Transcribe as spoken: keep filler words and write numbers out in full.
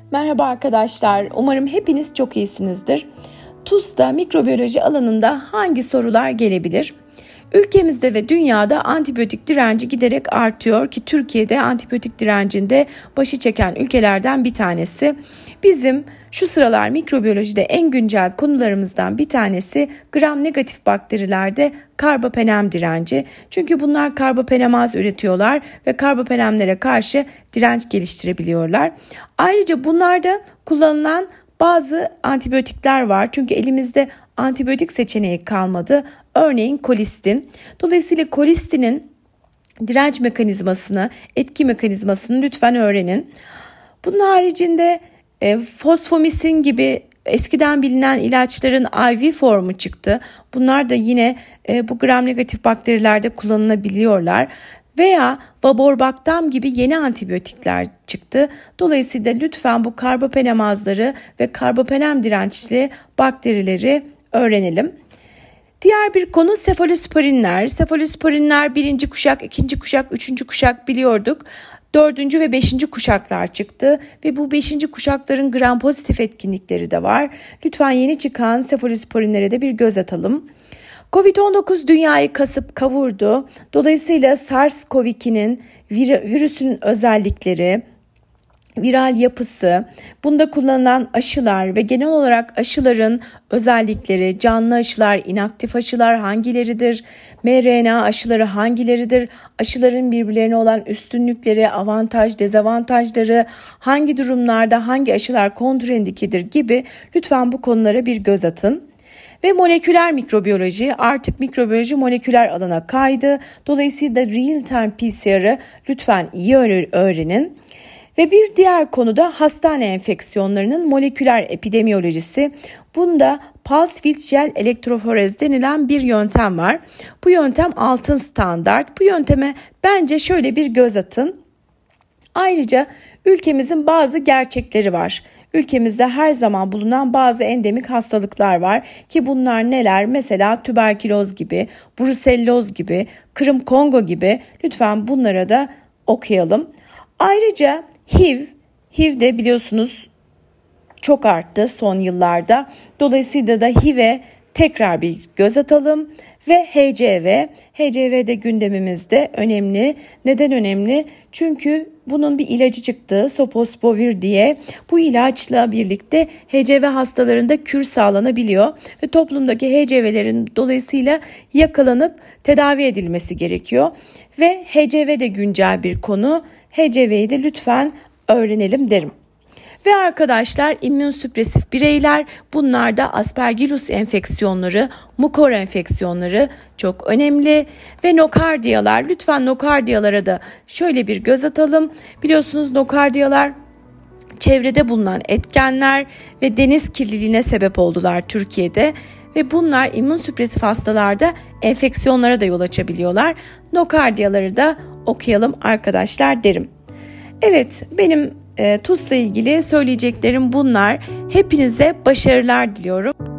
Merhaba arkadaşlar, umarım hepiniz çok iyisinizdir. TUS'ta mikrobiyoloji alanında hangi sorular gelebilir? Ülkemizde ve dünyada antibiyotik direnci giderek artıyor ki Türkiye'de antibiyotik direncinde başı çeken ülkelerden bir tanesi. Bizim şu sıralar mikrobiyolojide en güncel konularımızdan bir tanesi gram negatif bakterilerde karbapenem direnci. Çünkü bunlar karbapenemaz üretiyorlar ve karbapenemlere karşı direnç geliştirebiliyorlar. Ayrıca bunlarda kullanılan bazı antibiyotikler var. Çünkü elimizde antibiyotik seçeneği kalmadı. Örneğin kolistin. Dolayısıyla kolistinin direnç mekanizmasını, etki mekanizmasını lütfen öğrenin. Bunun haricinde e, fosfomisin gibi eskiden bilinen ilaçların I V formu çıktı. Bunlar da yine e, bu gram negatif bakterilerde kullanılabiliyorlar. Veya vaborbaktam gibi yeni antibiyotikler çıktı. Dolayısıyla lütfen bu karbapenemazları ve karbapenem dirençli bakterileri öğrenelim. Diğer bir konu sefalosporinler. Sefalosporinler birinci kuşak, ikinci kuşak, üçüncü kuşak biliyorduk. Dördüncü ve beşinci kuşaklar çıktı ve bu beşinci kuşakların gram pozitif etkinlikleri de var. Lütfen yeni çıkan sefalosporinlere de bir göz atalım. kovid on dokuz dünyayı kasıp kavurdu. Dolayısıyla SARS-CoV iki'nin vir- virüsün özellikleri, viral yapısı, bunda kullanılan aşılar ve genel olarak aşıların özellikleri, canlı aşılar, inaktif aşılar hangileridir, M R N A aşıları hangileridir, aşıların birbirlerine olan üstünlükleri, avantaj, dezavantajları, hangi durumlarda hangi aşılar kontraindikedir gibi lütfen bu konulara bir göz atın. Ve moleküler mikrobiyoloji, artık mikrobiyoloji moleküler alana kaydı. Dolayısıyla real-time P C R'ı lütfen iyi öğrenin. Ve bir diğer konu da hastane enfeksiyonlarının moleküler epidemiyolojisi. Bunda pulse field gel elektroforez denilen bir yöntem var. Bu yöntem altın standart. Bu yönteme bence şöyle bir göz atın. Ayrıca ülkemizin bazı gerçekleri var. Ülkemizde her zaman bulunan bazı endemik hastalıklar var ki bunlar neler? Mesela tüberküloz gibi, bruselloz gibi, Kırım Kongo gibi. Lütfen bunlara da okuyalım. Ayrıca H I V, H I V de biliyorsunuz çok arttı son yıllarda. Dolayısıyla da H I V'e tekrar bir göz atalım ve H C V. H C V de gündemimizde önemli. Neden önemli? Çünkü bunun bir ilacı çıktı, Sofosbuvir diye. Bu ilaçla birlikte H C V hastalarında kür sağlanabiliyor ve toplumdaki H C V'lerin dolayısıyla yakalanıp tedavi edilmesi gerekiyor. Ve H C V de güncel bir konu. H C V'yi de lütfen öğrenelim derim. Ve arkadaşlar immünsüpresif bireyler, bunlar da Aspergillus enfeksiyonları, mukor enfeksiyonları çok önemli. Ve nokardiyalar, lütfen nokardiyalara da şöyle bir göz atalım. Biliyorsunuz nokardiyalar çevrede bulunan etkenler ve deniz kirliliğine sebep oldular Türkiye'de. Ve bunlar immünsüpresif hastalarda enfeksiyonlara da yol açabiliyorlar. Nokardiyaları da okuyalım arkadaşlar derim. Evet, benim e, TUS'la ilgili söyleyeceklerim bunlar. Hepinize başarılar diliyorum.